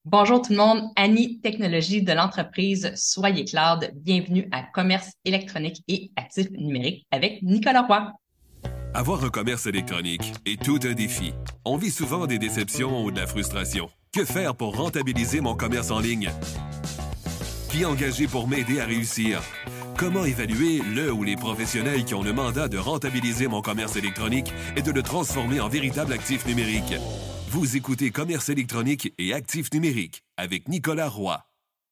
Bonjour tout le monde, Annie Technologie de l'entreprise Soyez Cloud. Bienvenue à Commerce électronique et actifs numériques avec Nicolas Roy. Avoir un commerce électronique est tout un défi. On vit souvent des déceptions ou de la frustration. Que faire pour rentabiliser mon commerce en ligne? Qui engager pour m'aider à réussir? Comment évaluer le ou les professionnels qui ont le mandat de rentabiliser mon commerce électronique et de le transformer en véritable actif numérique? Vous écoutez Commerce électronique et actifs numériques avec Nicolas Roy.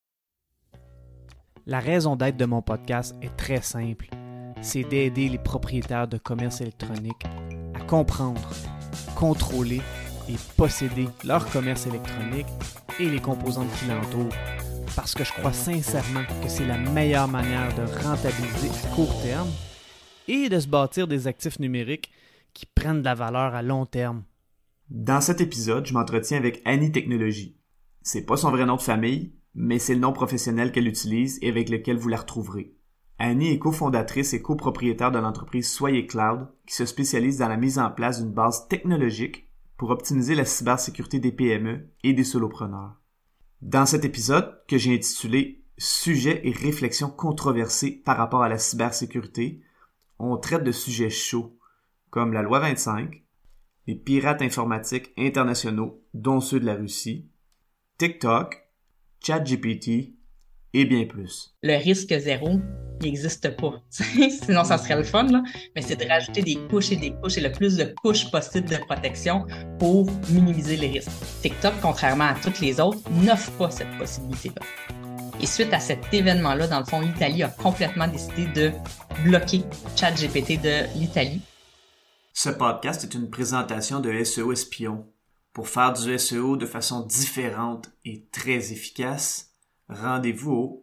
La raison d'être de mon podcast est très simple. C'est d'aider les propriétaires de commerce électronique à comprendre, contrôler et posséder leur commerce électronique et les composantes qui l'entourent. Parce que je crois sincèrement que c'est la meilleure manière de rentabiliser à court terme et de se bâtir des actifs numériques qui prennent de la valeur à long terme. Dans cet épisode, je m'entretiens avec Annie Technologie. C'est pas son vrai nom de famille, mais c'est le nom professionnel qu'elle utilise et avec lequel vous la retrouverez. Annie est cofondatrice et copropriétaire de l'entreprise Soyez Cloud, qui se spécialise dans la mise en place d'une base technologique pour optimiser la cybersécurité des PME et des solopreneurs. Dans cet épisode, que j'ai intitulé Sujets et réflexions controversées par rapport à la cybersécurité, on traite de sujets chauds, comme la loi 25, les pirates informatiques internationaux, dont ceux de la Russie, TikTok, ChatGPT et bien plus. Le risque zéro n'existe pas. Sinon, ça serait le fun, là. Mais c'est de rajouter des couches et le plus de couches possible de protection pour minimiser les risques. TikTok, contrairement à toutes les autres, n'offre pas cette possibilité-là. Et suite à cet événement-là, dans le fond, l'Italie a complètement décidé de bloquer ChatGPT de l'Italie. Ce podcast est une présentation de SEO Espion. Pour faire du SEO de façon différente et très efficace, rendez-vous au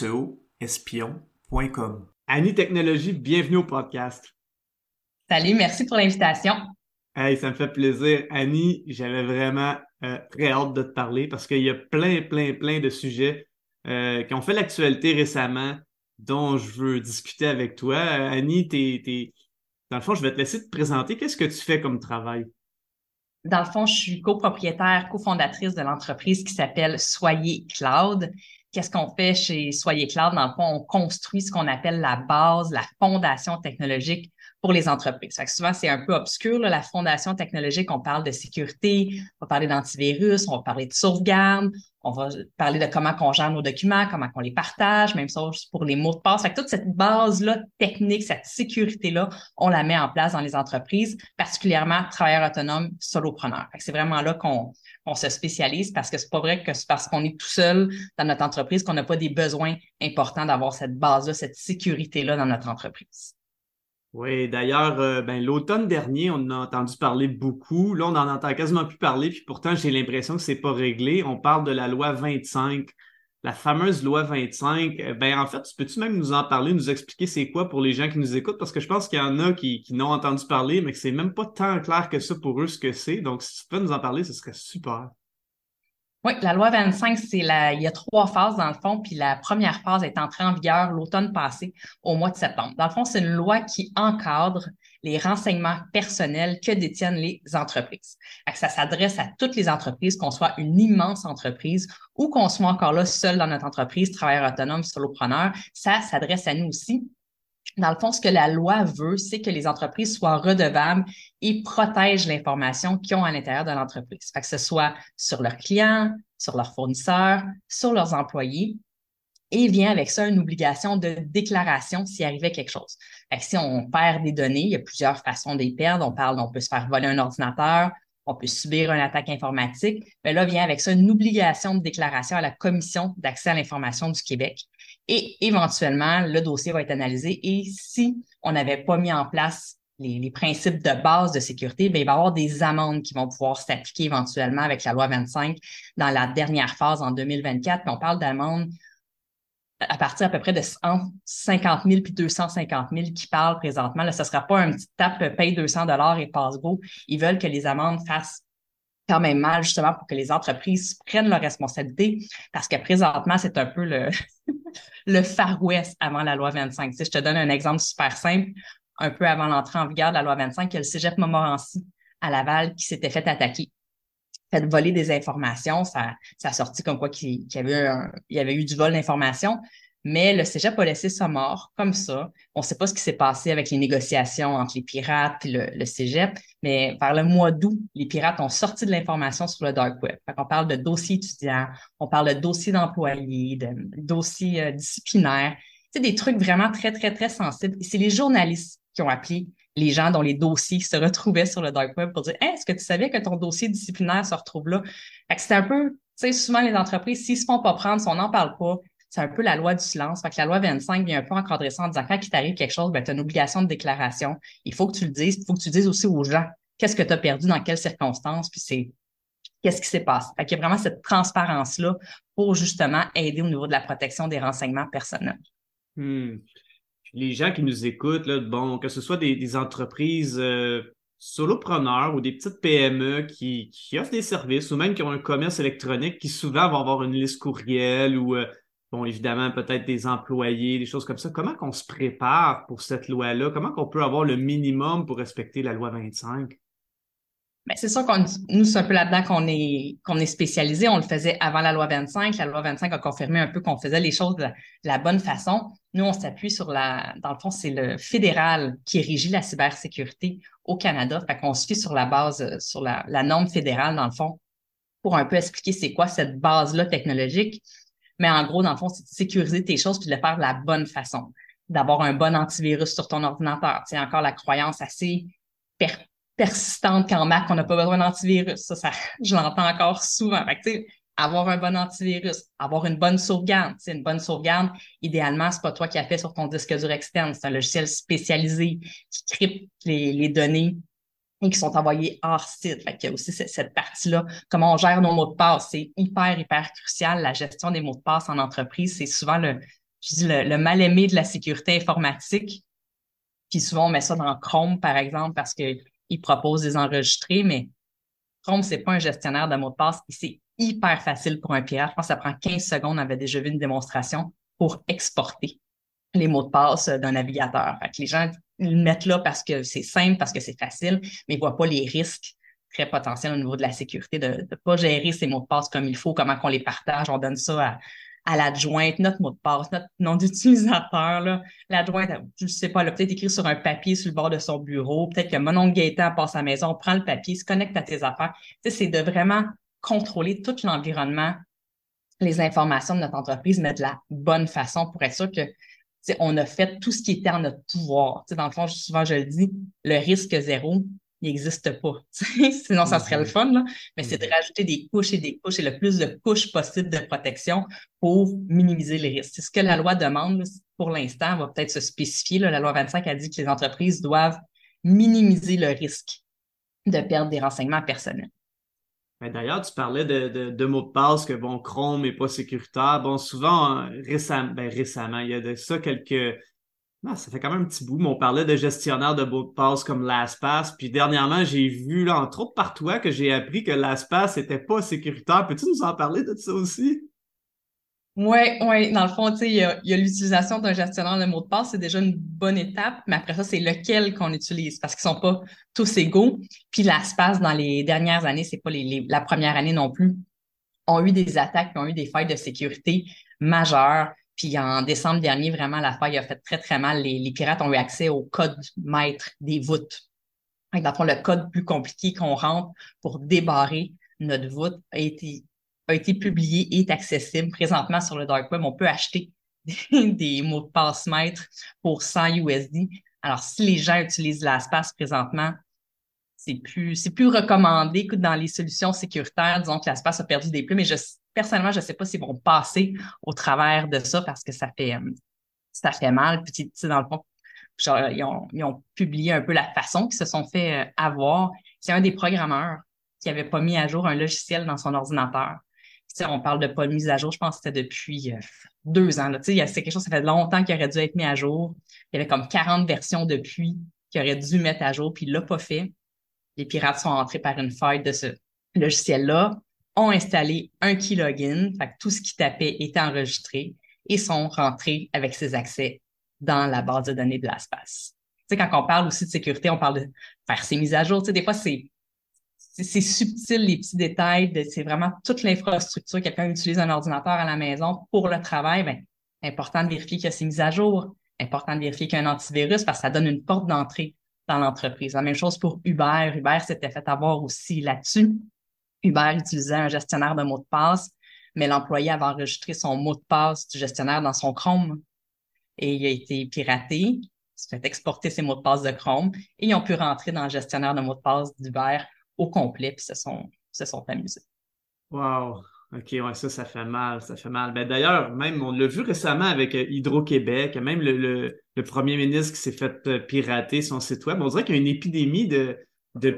seoespion.com. Annie Technologie, bienvenue au podcast. Salut, merci pour l'invitation. Hey, ça me fait plaisir. Annie, j'avais vraiment très hâte de te parler parce qu'il y a plein de sujets qui ont fait l'actualité récemment dont je veux discuter avec toi. Annie, dans le fond, je vais te laisser te présenter. Qu'est-ce que tu fais comme travail? Dans le fond, je suis copropriétaire, cofondatrice de l'entreprise qui s'appelle Soyez Cloud. Qu'est-ce qu'on fait chez Soyez Cloud? Dans le fond, on construit ce qu'on appelle la base, la fondation technologique pour les entreprises. Fait que souvent, c'est un peu obscur, là, la fondation technologique. On parle de sécurité, on va parler d'antivirus, on va parler de sauvegarde, on va parler de comment on gère nos documents, comment on les partage, même chose pour les mots de passe. Fait que toute cette base-là technique, cette sécurité-là, on la met en place dans les entreprises, particulièrement travailleurs autonomes, solopreneurs. Fait que c'est vraiment là qu'on se spécialise parce que c'est pas vrai que c'est parce qu'on est tout seul dans notre entreprise qu'on n'a pas des besoins importants d'avoir cette base-là, cette sécurité-là dans notre entreprise. Oui, d'ailleurs, l'automne dernier, on en a entendu parler beaucoup. Là, on n'en entend quasiment plus parler, puis pourtant, j'ai l'impression que c'est pas réglé. On parle de la loi 25, la fameuse loi 25. En fait, peux-tu même nous en parler, nous expliquer c'est quoi pour les gens qui nous écoutent? Parce que je pense qu'il y en a qui n'ont entendu parler, mais que c'est même pas tant clair que ça pour eux ce que c'est. Donc, si tu peux nous en parler, ce serait super. Oui, la loi 25, il y a trois phases dans le fond, puis la première phase est entrée en vigueur l'automne passé, au mois de septembre. Dans le fond, c'est une loi qui encadre les renseignements personnels que détiennent les entreprises. Fait que ça s'adresse à toutes les entreprises, qu'on soit une immense entreprise ou qu'on soit encore là seul dans notre entreprise, travailleur autonome, solopreneur. Ça s'adresse à nous aussi. Dans le fond, ce que la loi veut, c'est que les entreprises soient redevables et protègent l'information qu'ils ont à l'intérieur de l'entreprise. Fait que ce soit sur leurs clients, sur leurs fournisseurs, sur leurs employés. Et vient avec ça une obligation de déclaration s'il arrivait quelque chose. Fait que si on perd des données, il y a plusieurs façons de les perdre. On peut se faire voler un ordinateur, on peut subir une attaque informatique. Mais là, vient avec ça une obligation de déclaration à la Commission d'accès à l'information du Québec. Et éventuellement, le dossier va être analysé. Et si on n'avait pas mis en place les principes de base de sécurité, bien, il va y avoir des amendes qui vont pouvoir s'appliquer éventuellement avec la loi 25 dans la dernière phase en 2024. Puis on parle d'amendes à partir à peu près de entre 50 000 puis 250 000 qui parlent présentement. Là, ce ne sera pas un petit tape, paye 200 $ et passe-go. Ils veulent que les amendes fassent quand même mal, justement, pour que les entreprises prennent leurs responsabilités, parce que présentement, c'est un peu le Far West avant la loi 25. Tu sais, je te donne un exemple super simple. Un peu avant l'entrée en vigueur de la loi 25, il y a le Cégep Montmorency à Laval qui s'était fait attaquer. fait voler des informations. Ça a sorti comme quoi il y avait eu du vol d'informations. Mais le Cégep a laissé ça mort, comme ça. On ne sait pas ce qui s'est passé avec les négociations entre les pirates et le Cégep, mais vers le mois d'août, les pirates ont sorti de l'information sur le dark web. Fait qu'on parle de dossiers étudiants, on parle de dossiers d'employés, de dossiers disciplinaires. C'est des trucs vraiment très, très, très sensibles. Et c'est les journalistes qui ont appelé les gens dont les dossiers se retrouvaient sur le dark web pour dire hey, est-ce que tu savais que ton dossier disciplinaire se retrouve là? Fait que c'est un peu, tu sais, souvent les entreprises, s'ils se font pas prendre, si on n'en parle pas, c'est un peu la loi du silence. Fait que la loi 25 vient un peu encadrer ça en disant quand il t'arrive quelque chose, ben, tu as une obligation de déclaration. Il faut que tu le dises. Il faut que tu dises aussi aux gens qu'est-ce que tu as perdu, dans quelles circonstances, puis c'est qu'est-ce qui s'est passé. Fait qu'il y a vraiment cette transparence-là pour justement aider au niveau de la protection des renseignements personnels. Hmm. Les gens qui nous écoutent, là, bon, que ce soit des entreprises solopreneurs ou des petites PME qui offrent des services ou même qui ont un commerce électronique qui souvent vont avoir une liste courriel ou, bon, évidemment, peut-être des employés, des choses comme ça. Comment qu'on se prépare pour cette loi-là? Comment qu'on peut avoir le minimum pour respecter la loi 25? Mais c'est sûr nous, c'est un peu là-dedans qu'on est spécialisé. On le faisait avant la loi 25. La loi 25 a confirmé un peu qu'on faisait les choses de la bonne façon. Nous, on s'appuie dans le fond, c'est le fédéral qui régit la cybersécurité au Canada. Fait qu'on se fie sur la base, sur la norme fédérale, dans le fond, pour un peu expliquer c'est quoi cette base-là technologique. Mais en gros, dans le fond, c'est de sécuriser tes choses puis de le faire de la bonne façon. D'avoir un bon antivirus sur ton ordinateur. C'est encore la croyance assez per- persistante qu'en Mac, on n'a pas besoin d'antivirus. Je l'entends encore souvent. Fait que, tu sais, avoir un bon antivirus, avoir une bonne sauvegarde. Une bonne sauvegarde, idéalement, c'est pas toi qui as fait sur ton disque dur externe. C'est un logiciel spécialisé qui crypte les données et qui sont envoyés hors site. Fait qu'il y a aussi cette partie-là. Comment on gère nos mots de passe, c'est hyper, hyper crucial. La gestion des mots de passe en entreprise, c'est souvent le mal-aimé de la sécurité informatique. Puis souvent, on met ça dans Chrome, par exemple, parce qu'il propose des enregistrés, mais Chrome, c'est pas un gestionnaire de mots de passe et c'est hyper facile pour un pirate. Je pense que ça prend 15 secondes. On avait déjà vu une démonstration pour exporter les mots de passe d'un navigateur. Fait que les gens le mettent là parce que c'est simple, parce que c'est facile, mais ils voient pas les risques très potentiels au niveau de la sécurité de pas gérer ces mots de passe comme il faut, comment qu'on les partage. On donne ça à l'adjointe, notre mot de passe, notre nom d'utilisateur, là. L'adjointe, je sais pas, elle a peut-être écrit sur un papier sur le bord de son bureau. Peut-être que mon oncle Gaëtan passe à la maison, prend le papier, se connecte à tes affaires. Tu sais, c'est de vraiment contrôler tout l'environnement, les informations de notre entreprise, mais de la bonne façon pour être sûr que on a fait tout ce qui était en notre pouvoir. Dans le fond, souvent, je le dis, le risque zéro, il n'existe pas. Sinon, ça serait le fun, là. Mais c'est de rajouter des couches et des couches et le plus de couches possible de protection pour minimiser les risques. C'est ce que la loi demande. Pour l'instant, elle va peut-être se spécifier. Là. La loi 25 a dit que les entreprises doivent minimiser le risque de perdre des renseignements personnels. Ben, d'ailleurs, tu parlais de mots de passe que bon, Chrome n'est pas sécuritaire. Bon, souvent, récemment, il y a de ça quelques. Non, ça fait quand même un petit bout, mais on parlait de gestionnaires de mots de passe comme LastPass. Puis dernièrement, j'ai vu, là, entre autres par toi, que j'ai appris que LastPass n'était pas sécuritaire. Peux-tu nous en parler de ça aussi? Oui, ouais. Dans le fond, tu sais, il y a l'utilisation d'un gestionnaire de mots de passe, c'est déjà une bonne étape, mais après ça, c'est lequel qu'on utilise parce qu'ils sont pas tous égaux. Puis l'espace dans les dernières années, c'est pas la première année non plus, ont eu des attaques, ont eu des failles de sécurité majeures. Puis en décembre dernier, vraiment, la faille a fait très, très mal. Les pirates ont eu accès au code maître des voûtes. Donc, dans le fond, le code plus compliqué qu'on rentre pour débarrer notre voûte a été publié et est accessible présentement sur le dark web. On peut acheter des mots de passe maîtres pour 100 USD. Alors, si les gens utilisent LastPass présentement, c'est plus recommandé que dans les solutions sécuritaires. Disons que LastPass a perdu des plumes, mais personnellement, je sais pas s'ils vont passer au travers de ça parce que ça fait mal. Puis, tu sais, dans le fond, genre, ils ont publié un peu la façon qu'ils se sont fait avoir. C'est un des programmeurs qui avait pas mis à jour un logiciel dans son ordinateur. Tu sais, on parle de pas mise à jour, je pense que c'était depuis 2 ans. Là. Tu sais, c'est quelque chose, ça fait longtemps qu'il aurait dû être mis à jour. Il y avait comme 40 versions depuis qu'il aurait dû mettre à jour, puis il l'a pas fait. Les pirates sont entrés par une faille de ce logiciel-là, ont installé un keylogin, fait que tout ce qui tapait était enregistré, et sont rentrés avec ses accès dans la base de données de LastPass. Tu sais, quand on parle aussi de sécurité, on parle de faire ses mises à jour. Tu sais, des fois, c'est subtil, les petits détails, c'est vraiment toute l'infrastructure. Quelqu'un utilise un ordinateur à la maison pour le travail, ben, important de vérifier qu'il y a ses mises à jour, important de vérifier qu'il y a un antivirus parce que ça donne une porte d'entrée dans l'entreprise. La même chose pour Uber. Uber s'était fait avoir aussi là-dessus. Uber utilisait un gestionnaire de mots de passe, mais l'employé avait enregistré son mot de passe du gestionnaire dans son Chrome et il a été piraté. Il s'est fait exporter ses mots de passe de Chrome et ils ont pu rentrer dans le gestionnaire de mots de passe d'Uber au complet puis se sont amusés. Wow. OK, ouais, ça fait mal, ça fait mal. Ben, d'ailleurs, même, on l'a vu récemment avec Hydro-Québec, même le premier ministre qui s'est fait pirater son site web. On dirait qu'il y a une épidémie de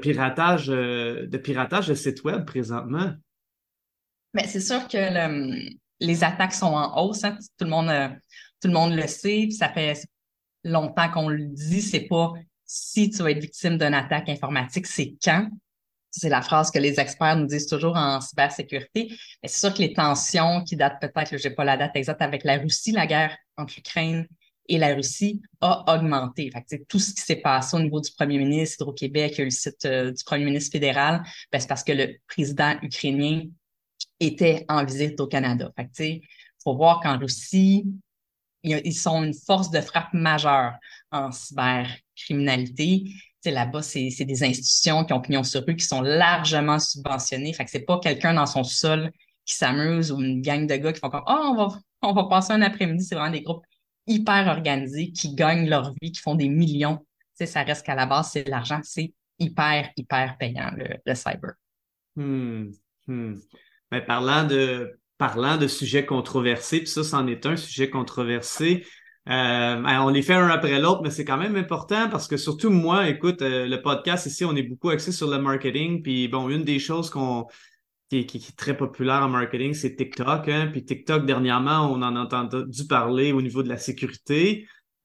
piratage de sites web présentement. Mais c'est sûr que les attaques sont en hausse, hein. Tout le monde le sait, puis ça fait longtemps qu'on le dit, c'est pas si tu vas être victime d'une attaque informatique, c'est quand. C'est la phrase que les experts nous disent toujours en cybersécurité. Mais c'est sûr que les tensions qui datent peut-être, j'ai pas la date exacte, avec la Russie, la guerre entre l'Ukraine et la Russie a augmenté. Fait que, tu sais, tout ce qui s'est passé au niveau du premier ministre Hydro-Québec, il y a eu le site du premier ministre fédéral, ben, c'est parce que le président ukrainien était en visite au Canada. Fait que, tu sais, faut voir qu'en Russie, ils sont une force de frappe majeure en cybercriminalité. Tu sais, là-bas, c'est des institutions qui ont pignon sur rue, qui sont largement subventionnées. Fait que c'est pas quelqu'un dans son sol qui s'amuse ou une gang de gars qui font comme, oh, on va passer un après-midi. C'est vraiment des groupes hyper organisés qui gagnent leur vie, qui font des millions. Tu sais, ça reste qu'à la base, c'est de l'argent. C'est hyper payant, le cyber. Hmm, hmm. Ben, parlant de sujets controversés, puis ça, c'en est un sujet controversé. Ben, on les fait un après l'autre, mais c'est quand même important parce que surtout moi, écoute, le podcast ici, on est beaucoup axé sur le marketing. Puis bon, une des choses qui est très populaire en marketing, c'est TikTok, hein. Puis TikTok, dernièrement, on en a entendu parler au niveau de la sécurité.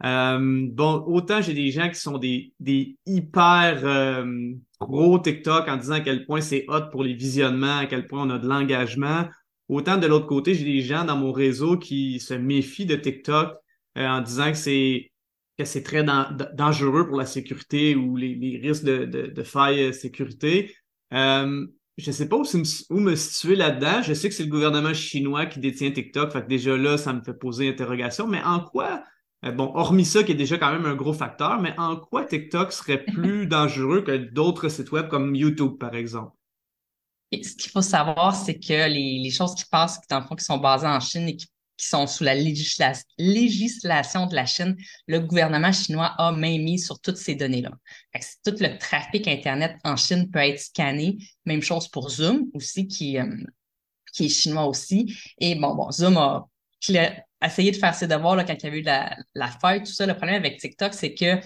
Bon, autant j'ai des gens qui sont des hyper pro TikTok en disant à quel point c'est hot pour les visionnements, à quel point on a de l'engagement. Autant de l'autre côté, j'ai des gens dans mon réseau qui se méfient de TikTok en disant que c'est très dangereux pour la sécurité ou les risques de failles sécurité. Je sais pas où me situer là-dedans. Je sais que c'est le gouvernement chinois qui détient TikTok, fait que déjà là, ça me fait poser interrogation. Mais en quoi, bon, hormis ça qui est déjà quand même un gros facteur, mais en quoi TikTok serait plus dangereux que d'autres sites web comme YouTube, par exemple? Et ce qu'il faut savoir, c'est que les choses qui passent, dans le fond, qui sont basées en Chine et qui sont sous la législation de la Chine, le gouvernement chinois a main mise sur toutes ces données-là. Fait que tout le trafic Internet en Chine peut être scanné. Même chose pour Zoom aussi, qui est chinois aussi. Et bon, Zoom a essayé de faire ses devoirs là, quand il y avait eu la faille, tout ça. Le problème avec TikTok, c'est que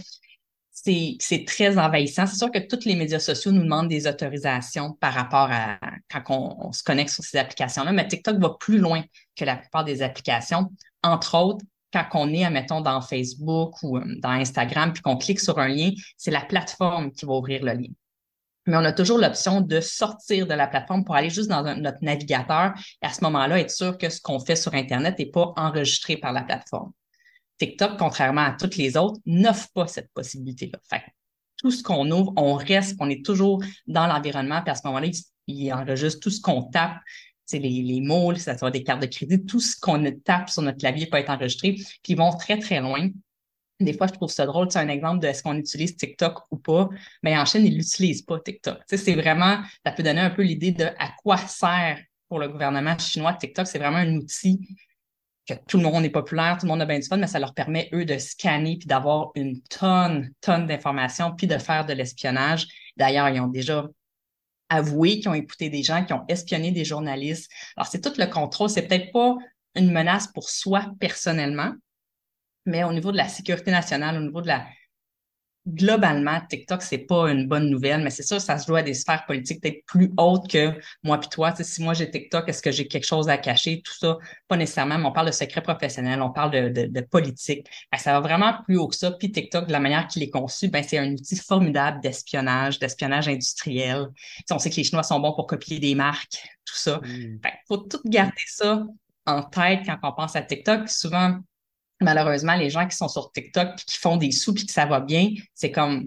c'est très envahissant. C'est sûr que tous les médias sociaux nous demandent des autorisations par rapport à quand on se connecte sur ces applications-là, mais TikTok va plus loin que la plupart des applications. Entre autres, quand on est, admettons, dans Facebook ou dans Instagram, puis qu'on clique sur un lien, c'est la plateforme qui va ouvrir le lien. Mais on a toujours l'option de sortir de la plateforme pour aller juste dans notre navigateur et à ce moment-là, être sûr que ce qu'on fait sur Internet n'est pas enregistré par la plateforme. TikTok, contrairement à toutes les autres, n'offre pas cette possibilité-là. Fait que tout ce qu'on ouvre, on reste, on est toujours dans l'environnement, puis à ce moment-là, il enregistre tout ce qu'on tape, c'est les mots, ça soit des cartes de crédit, tout ce qu'on tape sur notre clavier peut être enregistré, puis ils vont très, très loin. Des fois, je trouve ça drôle, c'est un exemple de est-ce qu'on utilise TikTok ou pas, mais en Chine, ils l'utilisent pas, TikTok. C'est vraiment, ça peut donner un peu l'idée de à quoi sert pour le gouvernement chinois TikTok. C'est vraiment un outil que tout le monde est populaire, tout le monde a bien du fun, mais ça leur permet, eux, de scanner puis d'avoir une tonne d'informations puis de faire de l'espionnage. D'ailleurs, ils ont déjà avoué qu'ils ont écouté des gens, qui ont espionné des journalistes. Alors, c'est tout le contrôle. C'est peut-être pas une menace pour soi personnellement, mais au niveau de la sécurité nationale, au niveau de globalement, TikTok, c'est pas une bonne nouvelle, mais c'est sûr, ça se joue à des sphères politiques peut-être plus hautes que moi puis toi. Tu sais, si moi j'ai TikTok, est-ce que j'ai quelque chose à cacher? Tout ça, pas nécessairement, mais on parle de secret professionnel, on parle de politique. Ben, ça va vraiment plus haut que ça. Puis TikTok, de la manière qu'il est conçu, ben, c'est un outil formidable d'espionnage industriel. Tu sais, on sait que les Chinois sont bons pour copier des marques, tout ça. Fait, faut tout garder ça en tête quand on pense à TikTok. Souvent, malheureusement, les gens qui sont sur TikTok puis qui font des sous puis que ça va bien, c'est comme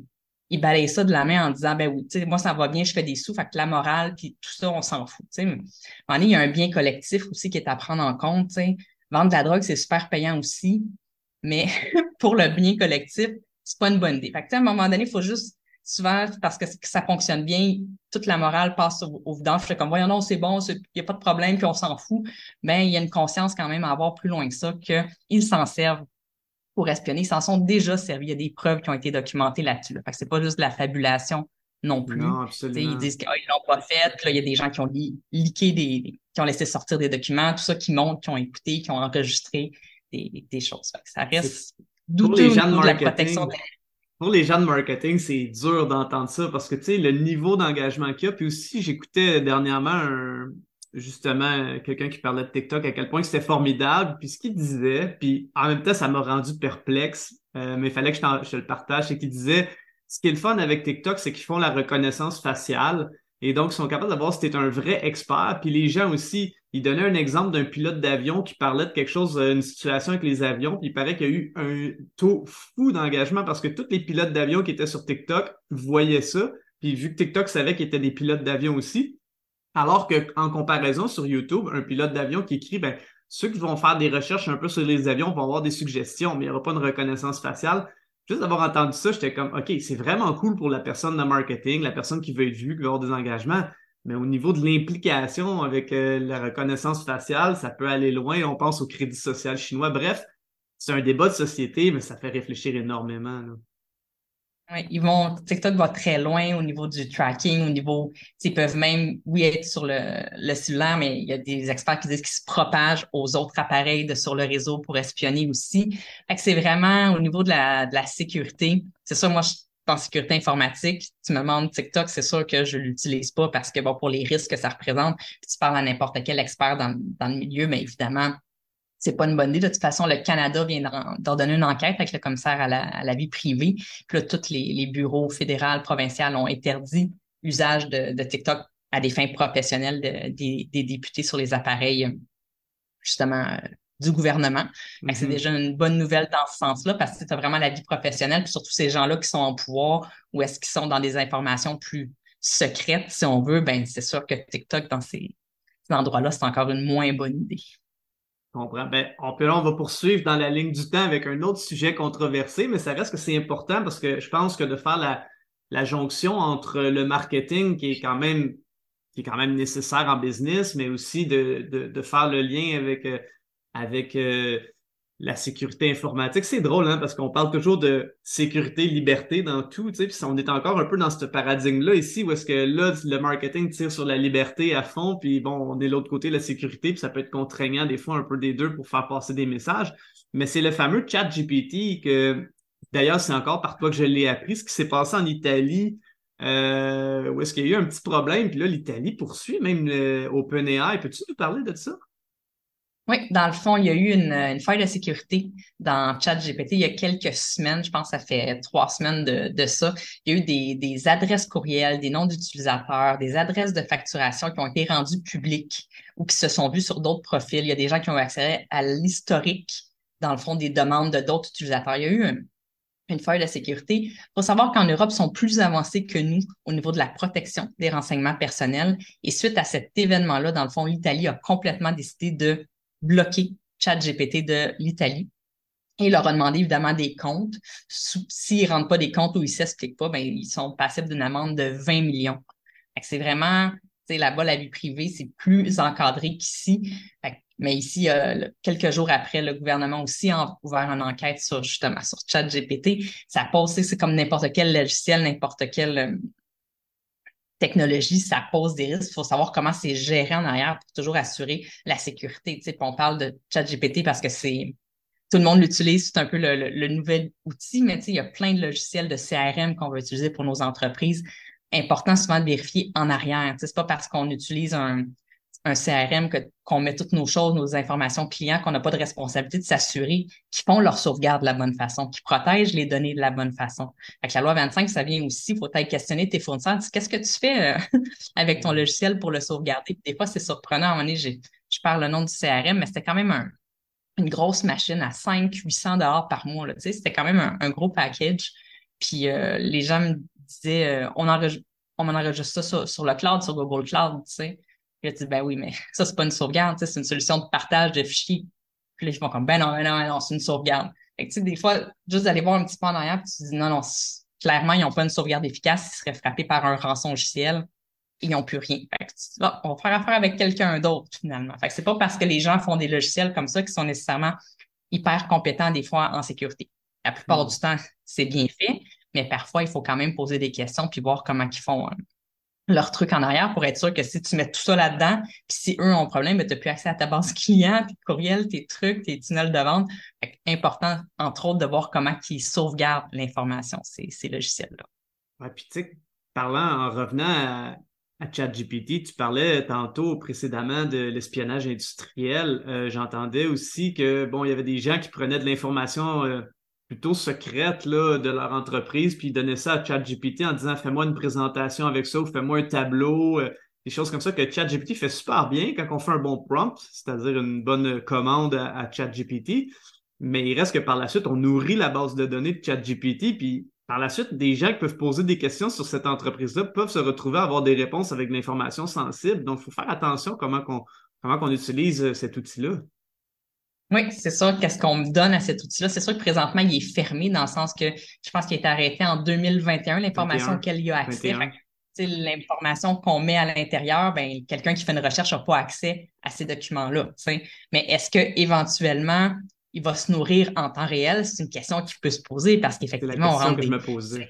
ils balayent ça de la main en disant, ben oui, tu sais, moi, ça va bien, je fais des sous, fait que la morale, puis tout ça, on s'en fout, tu sais. À un moment donné, il y a un bien collectif aussi qui est à prendre en compte, tu sais. Vendre de la drogue, c'est super payant aussi, mais pour le bien collectif, c'est pas une bonne idée. Fait que, tu sais, à un moment donné, il faut juste, souvent, parce que ça fonctionne bien, toute la morale passe au vidange. Je fais comme, voyons, non, c'est bon, il n'y a pas de problème, puis on s'en fout. Mais il y a une conscience quand même à avoir plus loin que ça, qu'ils s'en servent pour espionner. Ils s'en sont déjà servis. Il y a des preuves qui ont été documentées là-dessus. Là. Fait que c'est pas juste de la fabulation non plus. Non, T'sais, ils absolument. disent qu'ils l'ont pas fait. Puis là, il y a des gens qui ont leaké qui ont laissé sortir des documents, tout ça qui montrent, qui ont écouté, qui ont enregistré des choses. Fait que ça C'est reste pour douteux les au gens de niveau de la protection marketing. Pour les gens de marketing, c'est dur d'entendre ça parce que, tu sais, le niveau d'engagement qu'il y a, puis aussi, j'écoutais dernièrement justement, quelqu'un qui parlait de TikTok, à quel point c'était formidable, puis ce qu'il disait, puis en même temps, ça m'a rendu perplexe, mais il fallait que je te le partage, c'est qu'il disait, ce qui est le fun avec TikTok, c'est qu'ils font la reconnaissance faciale, et donc, ils sont capables de voir si tu es un vrai expert, puis les gens aussi, il donnait un exemple d'un pilote d'avion qui parlait de quelque chose, une situation avec les avions, puis il paraît qu'il y a eu un taux fou d'engagement parce que tous les pilotes d'avion qui étaient sur TikTok voyaient ça, puis vu que TikTok savait qu'ils étaient des pilotes d'avion aussi, alors qu'en comparaison sur YouTube, un pilote d'avion qui écrit, ben, ceux qui vont faire des recherches un peu sur les avions vont avoir des suggestions, mais il n'y aura pas de reconnaissance faciale. Juste d'avoir entendu ça, j'étais comme, OK, c'est vraiment cool pour la personne de marketing, la personne qui veut être vue, qui veut avoir des engagements. Mais au niveau de l'implication avec la reconnaissance faciale, ça peut aller loin. On pense au crédit social chinois. Bref, c'est un débat de société, mais ça fait réfléchir énormément, là. Ouais, TikTok va très loin au niveau du tracking, au niveau, ils peuvent même, oui, être sur le cellulaire, mais il y a des experts qui disent qu'ils se propagent aux autres appareils sur le réseau pour espionner aussi. Fait que c'est vraiment au niveau de la sécurité. C'est ça, moi, en sécurité informatique, tu me demandes TikTok, c'est sûr que je l'utilise pas parce que, bon, pour les risques que ça représente, puis tu parles à n'importe quel expert dans le milieu, mais évidemment, c'est pas une bonne idée. De toute façon, le Canada vient d'ordonner une enquête avec le commissaire à la vie privée. Puis là, tous les bureaux fédéraux, provinciaux ont interdit l'usage de TikTok à des fins professionnelles des députés sur les appareils, justement, du gouvernement. Fait que c'est Mhm. déjà une bonne nouvelle dans ce sens-là parce que tu as vraiment la vie professionnelle, puis surtout ces gens-là qui sont en pouvoir ou est-ce qu'ils sont dans des informations plus secrètes, si on veut, ben c'est sûr que TikTok, dans ces endroits-là, c'est encore une moins bonne idée. Je comprends. Ben, on va poursuivre dans la ligne du temps avec un autre sujet controversé, mais ça reste que c'est important parce que je pense que de faire la jonction entre le marketing qui est quand même nécessaire en business, mais aussi de faire le lien avec la sécurité informatique. C'est drôle, hein, parce qu'on parle toujours de sécurité, liberté dans tout, tu sais, puis on est encore un peu dans ce paradigme-là ici, où est-ce que là, le marketing tire sur la liberté à fond, puis bon, on est de l'autre côté, la sécurité, puis ça peut être contraignant des fois un peu des deux pour faire passer des messages. Mais c'est le fameux ChatGPT que, d'ailleurs, c'est encore par toi que je l'ai appris, ce qui s'est passé en Italie, où est-ce qu'il y a eu un petit problème, puis là, l'Italie poursuit même OpenAI. Peux-tu nous parler de ça? Oui, dans le fond, il y a eu une faille de sécurité dans ChatGPT il y a quelques semaines, je pense que ça fait 3 semaines de ça. Il y a eu des adresses courriels, des noms d'utilisateurs, des adresses de facturation qui ont été rendues publiques ou qui se sont vues sur d'autres profils. Il y a des gens qui ont accès à l'historique, dans le fond, des demandes de d'autres utilisateurs. Il y a eu une faille de sécurité. Il faut savoir qu'en Europe, ils sont plus avancés que nous au niveau de la protection des renseignements personnels. Et suite à cet événement-là, dans le fond, l'Italie a complètement décidé de bloquer ChatGPT de l'Italie. Et il leur a demandé évidemment des comptes. S'ils ne rendent pas des comptes ou ils ne s'expliquent pas, ben, ils sont passibles d'une amende de 20 millions. Fait que c'est vraiment, tu sais, là-bas, la vie privée, c'est plus encadré qu'ici. Mais ici, quelques jours après, le gouvernement aussi a ouvert une enquête justement sur ChatGPT. Ça pose, c'est comme n'importe quel logiciel, n'importe quelle technologie, ça pose des risques. Il faut savoir comment c'est géré en arrière pour toujours assurer la sécurité. Tu sais, puis on parle de ChatGPT parce que tout le monde l'utilise, c'est un peu le nouvel outil, mais tu sais, il y a plein de logiciels de CRM qu'on va utiliser pour nos entreprises. Important souvent de vérifier en arrière. Tu sais, c'est pas parce qu'on utilise un CRM qu'on met toutes nos choses, nos informations clients, qu'on n'a pas de responsabilité de s'assurer qu'ils font leur sauvegarde de la bonne façon, qu'ils protègent les données de la bonne façon. Avec la loi 25, ça vient aussi, il faut être questionner tes fournisseurs. Qu'est-ce que tu fais avec ton logiciel pour le sauvegarder? Puis des fois, c'est surprenant. À un moment donné, je parle le nom du CRM, mais c'était quand même une grosse machine à 500-800 $ par mois. Là, tu sais, c'était quand même un gros package. Puis les gens me disait, on enregistre ça sur le cloud, sur Google Cloud, tu sais. Puis là, tu dis, ben oui, mais ça, c'est pas une sauvegarde, tu sais, c'est une solution de partage de fichiers. Puis là, ils font comme, ben non, ben non, ben non, c'est une sauvegarde. Fait que, tu sais, des fois, juste d'aller voir un petit peu en arrière, puis tu te dis, non, non, clairement, ils n'ont pas une sauvegarde efficace, ils seraient frappés par un rançon logiciel, ils n'ont plus rien. Fait que tu te dis, ah, on va faire affaire avec quelqu'un d'autre, finalement. Fait que c'est pas parce que les gens font des logiciels comme ça qu'ils sont nécessairement hyper compétents, des fois, en sécurité. La plupart du temps, c'est bien fait, mais parfois, il faut quand même poser des questions puis voir comment ils font leur truc en arrière pour être sûr que si tu mets tout ça là-dedans, puis si eux ont un problème, ben, tu n'as plus accès à ta base client, puis courriel, tes trucs, tes tunnels de vente. Fait que important, entre autres, de voir comment ils sauvegardent l'information, ces logiciels-là. Ouais, puis tu sais, parlant en revenant à ChatGPT, tu parlais tantôt précédemment de l'espionnage industriel. J'entendais aussi que bon, il y avait des gens qui prenaient de l'information plutôt secrète là, de leur entreprise, puis ils donnaient ça à ChatGPT en disant fais-moi une présentation avec ça ou fais-moi un tableau, des choses comme ça que ChatGPT fait super bien quand on fait un bon prompt, c'est-à-dire une bonne commande à ChatGPT. Mais il reste que par la suite, on nourrit la base de données de ChatGPT, puis par la suite, des gens qui peuvent poser des questions sur cette entreprise-là peuvent se retrouver à avoir des réponses avec de l'information sensible. Donc, il faut faire attention comment qu'on utilise cet outil-là. Oui, c'est sûr. Qu'est-ce qu'on me donne à cet outil-là? C'est sûr que présentement, il est fermé dans le sens que je pense qu'il a été arrêté en 2021, l'information 21, auquel il a accès. 21. Fait que, tu sais, l'information qu'on met à l'intérieur, ben, quelqu'un qui fait une recherche n'a pas accès à ces documents-là. Tu sais. Mais est-ce que éventuellement, il va se nourrir en temps réel? C'est une question qui peut se poser parce C'est la qu'effectivement, on question rentre que je me posais.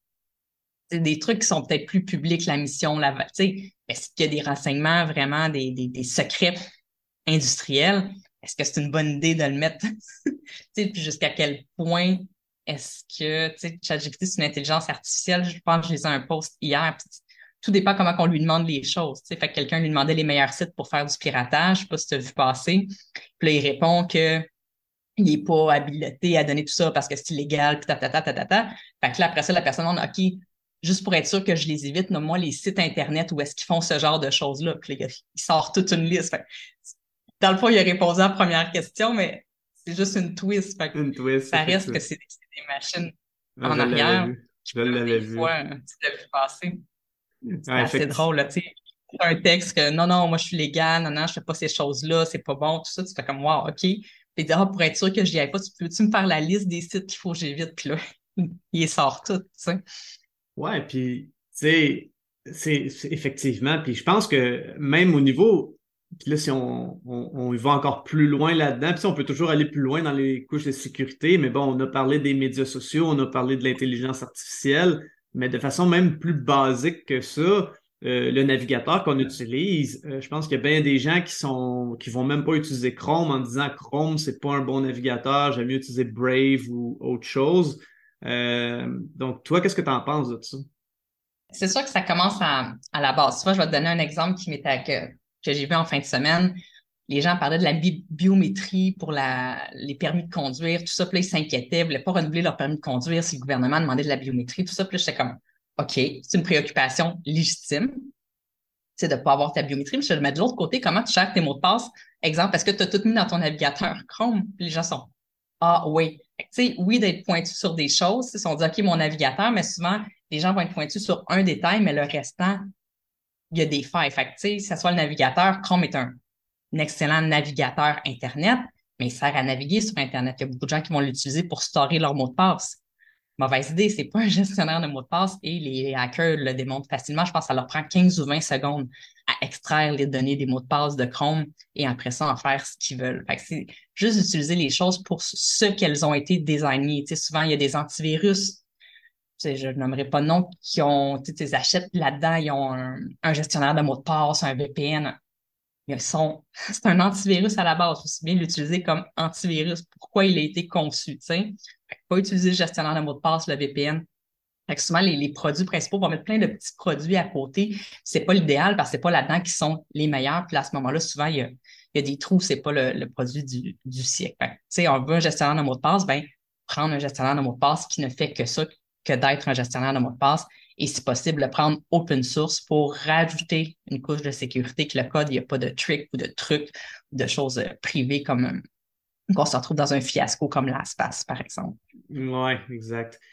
des trucs qui sont peut-être plus publics, la mission, tu sais, est-ce qu'il y a des renseignements vraiment, des secrets industriels? Est-ce que c'est une bonne idée de le mettre? Tu sais, puis jusqu'à quel point est-ce que, tu sais, ChatGPT, c'est une intelligence artificielle? Je pense que je lisais un post hier. Puis tout dépend comment on lui demande les choses. Tu sais, fait que quelqu'un lui demandait les meilleurs sites pour faire du piratage. Je sais pas si tu as vu passer. Puis là, il répond que il n'est pas habilité à donner tout ça parce que c'est illégal, puis ta. Fait que là, après ça, la personne demande, OK, juste pour être sûr que je les évite, nomme-moi les sites Internet où est-ce qu'ils font ce genre de choses-là. Puis là, il sort toute une liste. Fait que, dans le fond, il a répondu à la première question, mais c'est juste une twist. Fait que Une twist, ça reste effectivement. que c'est des machines Ah, en je l'avais arrière vu. qui Je peuvent l'avais des vu. fois, tu l'as vu passer. C'était Ouais, assez drôle, là, tu sais. Un texte que non, non, moi je suis légal, non, non, je fais pas ces choses-là, c'est pas bon, tout ça, tu fais comme wow, OK. Puis il dit, ah, pour être sûr que je n'y aille pas, peux-tu me faire la liste des sites qu'il faut que j'évite? Puis là, il sort tout, tu sais. Ouais, puis, tu sais, c'est effectivement, puis je pense que même au niveau, puis là, si on y va encore plus loin là-dedans, puis on peut toujours aller plus loin dans les couches de sécurité, mais bon, on a parlé des médias sociaux, on a parlé de l'intelligence artificielle, mais de façon même plus basique que ça, le navigateur qu'on utilise, je pense qu'il y a bien des gens qui vont même pas utiliser Chrome en disant Chrome, c'est pas un bon navigateur, j'aime mieux utiliser Brave ou autre chose. Donc, toi, qu'est-ce que tu en penses de ça? C'est sûr que ça commence à la base. Tu vois, je vais te donner un exemple que j'ai vu en fin de semaine. Les gens parlaient de la biométrie pour les permis de conduire, tout ça. Puis là, ils s'inquiétaient, ils voulaient pas renouveler leur permis de conduire si le gouvernement demandait de la biométrie, tout ça. Puis là, j'étais comme, OK, c'est une préoccupation légitime, c'est de ne pas avoir ta biométrie. Mais je te le mets de l'autre côté, comment tu gères tes mots de passe? Exemple, est-ce que tu as tout mis dans ton navigateur Chrome? Puis les gens sont, ah oui. Fait que, tu sais, oui, d'être pointu sur des choses. Si on dit, OK, mon navigateur, mais souvent, les gens vont être pointus sur un détail, mais le restant, il y a des failles. Fait que, tu sais, que ce soit le navigateur, Chrome est un excellent navigateur Internet, mais il sert à naviguer sur Internet. Il y a beaucoup de gens qui vont l'utiliser pour storer leurs mots de passe. Mauvaise idée, c'est pas un gestionnaire de mots de passe et les hackers le démontrent facilement. Je pense que ça leur prend 15 ou 20 secondes à extraire les données des mots de passe de Chrome et après ça, en faire ce qu'ils veulent. Fait que c'est juste utiliser les choses pour ce qu'elles ont été designées. Tu sais, souvent, il y a des antivirus, tu sais, je nommerai pas de nom, qui ont, tu sais, tu achètes là-dedans, ils ont un gestionnaire de mots de passe, un VPN. C'est un antivirus à la base. Il faut aussi bien l'utiliser comme antivirus. Pourquoi il a été conçu, tu sais? Fait que pas utiliser le gestionnaire de mots de passe, le VPN. Fait que souvent, les produits principaux vont mettre plein de petits produits à côté. C'est pas l'idéal parce que c'est pas là-dedans qui sont les meilleurs. Puis là, à ce moment-là, souvent, il y a des trous, c'est pas le produit du siècle. Fait que, tu sais, on veut un gestionnaire de mots de passe, ben, prendre un gestionnaire de mots de passe qui ne fait que ça, que d'être un gestionnaire de mots de passe. Et si possible, le prendre open source pour rajouter une couche de sécurité que le code, il n'y a pas de trick ou de trucs, de choses privées comme qu'on se retrouve dans un fiasco comme LastPass, par exemple. Ouais, exact.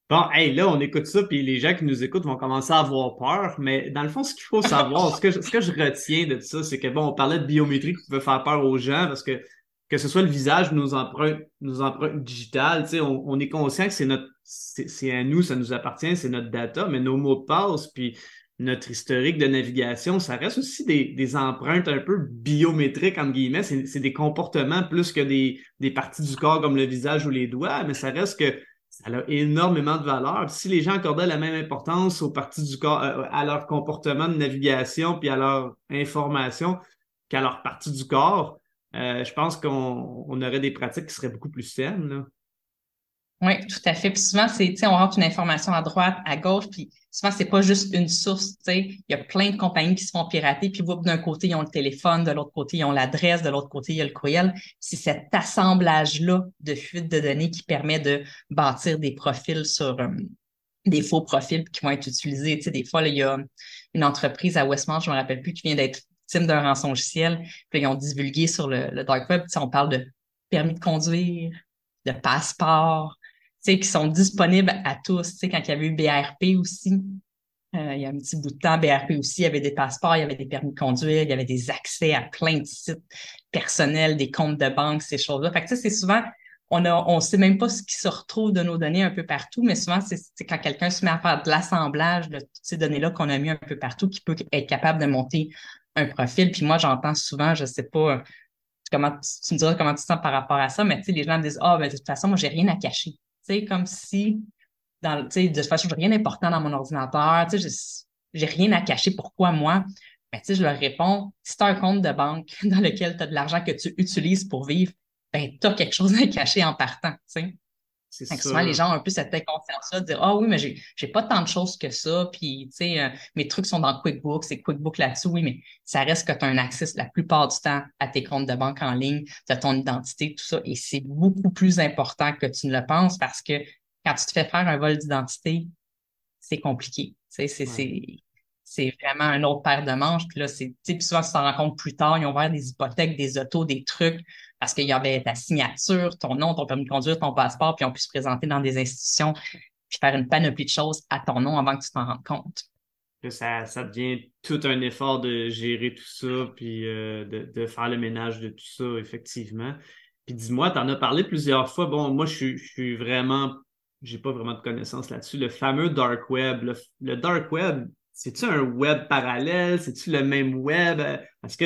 Bon, hey, là, on écoute ça, puis les gens qui nous écoutent vont commencer à avoir peur, mais dans le fond, ce qu'il faut savoir, ce que je retiens de tout ça, c'est que, bon, on parlait de biométrie qui pouvait faire peur aux gens, parce que ce soit le visage, nos empreintes digitales, tu sais, on est conscient que c'est à nous, ça nous appartient, c'est notre data, mais nos mots de passe, puis notre historique de navigation, ça reste aussi des empreintes un peu biométriques, entre guillemets, c'est des comportements plus que des parties du corps comme le visage ou les doigts, mais ça reste que ça a énormément de valeur. Si les gens accordaient la même importance aux parties du corps, à leur comportement de navigation puis à leur information qu'à leur partie du corps, je pense qu'on aurait des pratiques qui seraient beaucoup plus saines, là. Oui, tout à fait. Puis souvent, c'est, tu sais, on rentre une information à droite, à gauche, puis souvent, c'est pas juste une source, tu sais. Il y a plein de compagnies qui se font pirater, puis d'un côté, ils ont le téléphone, de l'autre côté, ils ont l'adresse, de l'autre côté, il y a le courriel. C'est cet assemblage-là de fuite de données qui permet de bâtir des profils sur des faux profils qui vont être utilisés. Tu sais, des fois, là, il y a une entreprise à Westmount, je me rappelle plus, qui vient d'être victime d'un rançongiciel, puis ils ont divulgué sur le dark web, tu sais, on parle de permis de conduire, de passeport, tu sais, qui sont disponibles à tous. Tu sais, quand il y avait eu BRP aussi, il y a un petit bout de temps, BRP aussi, il y avait des passeports, il y avait des permis de conduire, il y avait des accès à plein de sites personnels, des comptes de banque, ces choses-là. Fait que ça, c'est souvent, on sait même pas ce qui se retrouve de nos données un peu partout, mais souvent, c'est quand quelqu'un se met à faire de l'assemblage de toutes ces données-là qu'on a mis un peu partout, qui peut être capable de monter un profil. Puis moi, j'entends souvent, je sais pas, tu me diras comment tu te sens par rapport à ça, mais tu sais, les gens me disent, ah, ben, de toute façon, moi, j'ai rien à cacher. Tu sais, comme si, tu sais, de toute façon, j'ai rien d'important dans mon ordinateur, tu sais, j'ai rien à cacher. Pourquoi moi? Ben, tu sais, je leur réponds, si tu as un compte de banque dans lequel tu as de l'argent que tu utilises pour vivre, ben, tu as quelque chose à cacher en partant, tu sais. C'est Fait que souvent, les ça. gens ont un peu cette inconscience-là de dire, ah oui, mais j'ai pas tant de choses que ça, puis, tu sais, mes trucs sont dans QuickBooks, c'est QuickBooks là-dessus, oui, mais ça reste que tu as un accès la plupart du temps à tes comptes de banque en ligne, tu as ton identité, tout ça, et c'est beaucoup plus important que tu ne le penses parce que quand tu te fais faire un vol d'identité, c'est compliqué. Tu sais, Ouais. c'est vraiment un autre paire de manches. Puis là, tu sais, puis souvent, tu t'en rends compte plus tard, ils ont ouvert des hypothèques, des autos, des trucs, parce qu'il y avait ta signature, ton nom, ton permis de conduire, ton passeport, puis on peut se présenter dans des institutions, puis faire une panoplie de choses à ton nom avant que tu t'en rendes compte. Que ça devient tout un effort de gérer tout ça, puis de faire le ménage de tout ça, effectivement. Puis dis-moi, tu en as parlé plusieurs fois. Bon, moi, je suis vraiment, j'ai pas vraiment de connaissances là-dessus. Le fameux dark web. Le dark web, c'est-tu un web parallèle? C'est-tu le même web? Est-ce que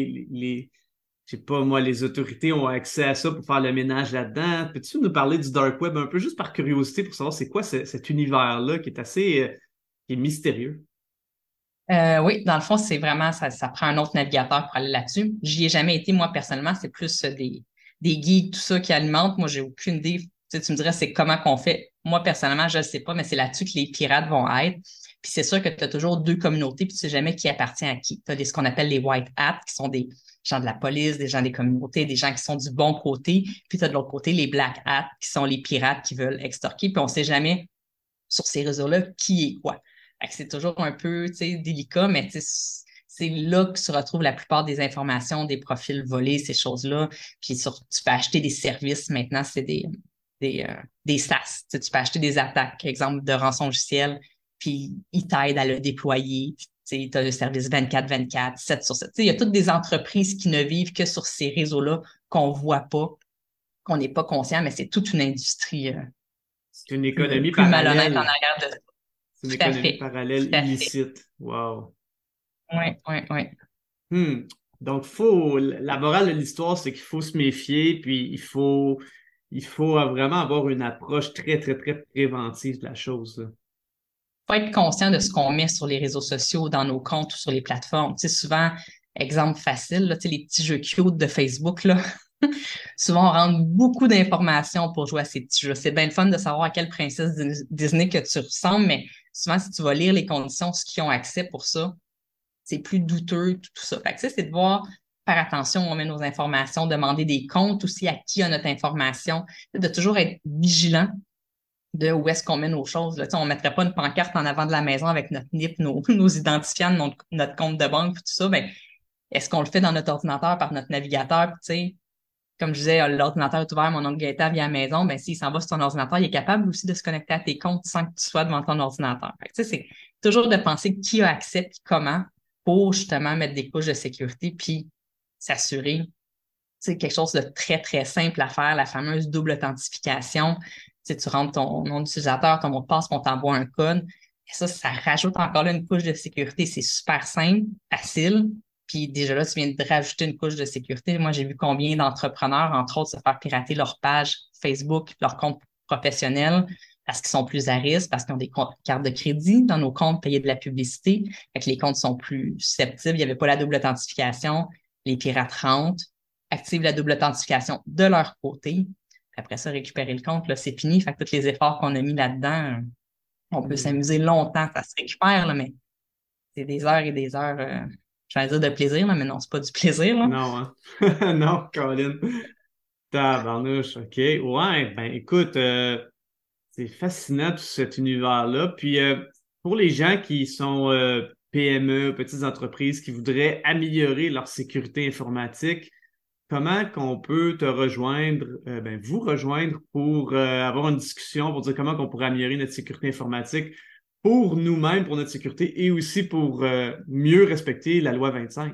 je sais pas, moi, les autorités ont accès à ça pour faire le ménage là-dedans? Peux-tu nous parler du dark web un peu, juste par curiosité, pour savoir c'est quoi cet univers-là qui est assez, qui est mystérieux? Oui, dans le fond, c'est vraiment, ça prend un autre navigateur pour aller là-dessus. J'y ai jamais été, moi, personnellement. C'est plus des guides, tout ça qui alimentent. Moi, j'ai aucune idée. Tu sais, tu me dirais, c'est comment qu'on fait. Moi, personnellement, je ne sais pas, mais c'est là-dessus que les pirates vont être. Puis c'est sûr que tu as toujours deux communautés, puis tu sais jamais qui appartient à qui. Tu as ce qu'on appelle les white hats, qui sont des gens de la police, des gens des communautés, des gens qui sont du bon côté. Puis tu as de l'autre côté les black hats, qui sont les pirates qui veulent extorquer. Puis on sait jamais sur ces réseaux-là qui est quoi. Fait que c'est toujours un peu, tu sais, délicat, mais tu sais, c'est là que se retrouvent la plupart des informations, des profils volés, ces choses-là. Puis tu peux acheter des services maintenant, c'est des SaaS. Tu sais, tu peux acheter des attaques, exemple de rançongiciel, puis ils t'aident à le déployer. Tu as le service 24/24, 7 sur 7. Tu sais, il y a toutes des entreprises qui ne vivent que sur ces réseaux-là qu'on voit pas, qu'on n'est pas conscient, mais c'est toute une industrie C'est une économie plus malhonnête en parallèle. arrière de ça. C'est une Tout à économie fait. parallèle Tout à fait. illicite. Wow. Oui, oui, oui. Hmm. Donc, la morale de l'histoire, c'est qu'il faut se méfier, puis il faut vraiment avoir une approche très, très, très préventive de la chose, là. Faut être conscient de ce qu'on met sur les réseaux sociaux, dans nos comptes ou sur les plateformes. Tu sais, souvent, exemple facile, là, tu sais, les petits jeux cute de Facebook, là. Souvent, on rentre beaucoup d'informations pour jouer à ces petits jeux. C'est bien le fun de savoir à quelle princesse Disney que tu ressembles, mais souvent, si tu vas lire les conditions, ceux qui ont accès pour ça, c'est plus douteux, tout ça. Fait que, tu sais, c'est de voir, faire attention où on met nos informations, demander des comptes aussi à qui a notre information, de toujours être vigilant de où est-ce qu'on met nos choses. Là. Tu sais, on ne mettrait pas une pancarte en avant de la maison avec notre NIP, nos identifiants, notre compte de banque, tout ça. Ben, est-ce qu'on le fait dans notre ordinateur par notre navigateur? Tu sais, comme je disais, l'ordinateur est ouvert, mon oncle Gaëtan vient à la maison, ben s'il s'en va sur ton ordinateur, il est capable aussi de se connecter à tes comptes sans que tu sois devant ton ordinateur. Fait que, tu sais, c'est toujours de penser qui a accès puis comment pour justement mettre des couches de sécurité puis s'assurer. C'est quelque chose de très, très simple à faire, la fameuse double authentification. Tu sais, tu rentres ton nom d'utilisateur, ton mot de passe, on t'envoie un code. Et ça rajoute encore là une couche de sécurité. C'est super simple, facile. Puis déjà là, tu viens de rajouter une couche de sécurité. Moi, j'ai vu combien d'entrepreneurs, entre autres, se faire pirater leur page Facebook, leur compte professionnel, parce qu'ils sont plus à risque, parce qu'ils ont des cartes de crédit dans nos comptes, payer de la publicité. Fait que les comptes sont plus susceptibles. Il n'y avait pas la double authentification. Les pirates rentrent, activent la double authentification de leur côté. Après ça, récupérer le compte, là, c'est fini. Fait que tous les efforts qu'on a mis là-dedans, on peut s'amuser longtemps. Ça se récupère, là, mais c'est des heures et des heures, j'allais dire de plaisir, là, mais non, c'est pas du plaisir, là. Non, hein? Non, Colin. Tabarnouche, OK. Ouais, ben écoute, c'est fascinant tout cet univers-là. Puis pour les gens qui sont PME, petites entreprises, qui voudraient améliorer leur sécurité informatique, comment qu'on peut te rejoindre, vous rejoindre pour avoir une discussion, pour dire comment qu'on pourrait améliorer notre sécurité informatique pour nous-mêmes, pour notre sécurité et aussi pour mieux respecter la loi 25?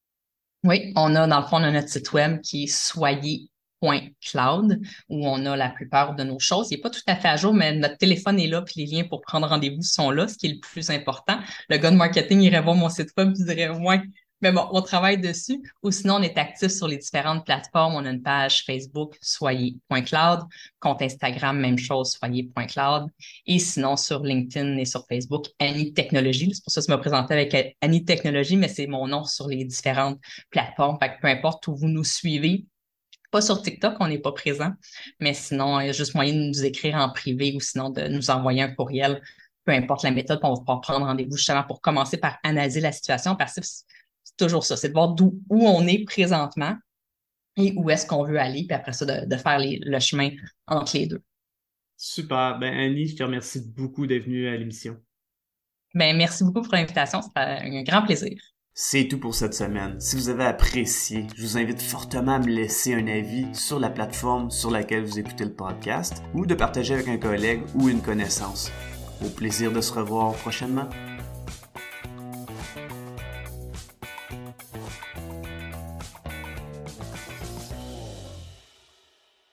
Oui, on a, dans le fond, on a notre site web qui est soyez.cloud, où on a la plupart de nos choses. Il n'est pas tout à fait à jour, mais notre téléphone est là, puis les liens pour prendre rendez-vous sont là, ce qui est le plus important. Le gars de marketing irait voir mon site web, puis dirait, ouais, mais bon, on travaille dessus. Ou sinon, on est actif sur les différentes plateformes. On a une page Facebook, soyez.cloud, compte Instagram, même chose, soyez.cloud. Et sinon, sur LinkedIn et sur Facebook, Annie Technologie. C'est pour ça que je me présentais avec Annie Technologie, mais c'est mon nom sur les différentes plateformes. Fait que peu importe où vous nous suivez, pas sur TikTok, on n'est pas présent, mais sinon, il y a juste moyen de nous écrire en privé ou sinon de nous envoyer un courriel, peu importe la méthode, puis on va pouvoir prendre rendez-vous justement pour commencer par analyser la situation, parce que c'est toujours ça, c'est de voir où on est présentement et où est-ce qu'on veut aller, puis après ça, de faire le chemin entre les deux. Super. Ben Annie, je te remercie beaucoup d'être venue à l'émission. Ben, merci beaucoup pour l'invitation, c'était un grand plaisir. C'est tout pour cette semaine. Si vous avez apprécié, je vous invite fortement à me laisser un avis sur la plateforme sur laquelle vous écoutez le podcast ou de partager avec un collègue ou une connaissance. Au plaisir de se revoir prochainement.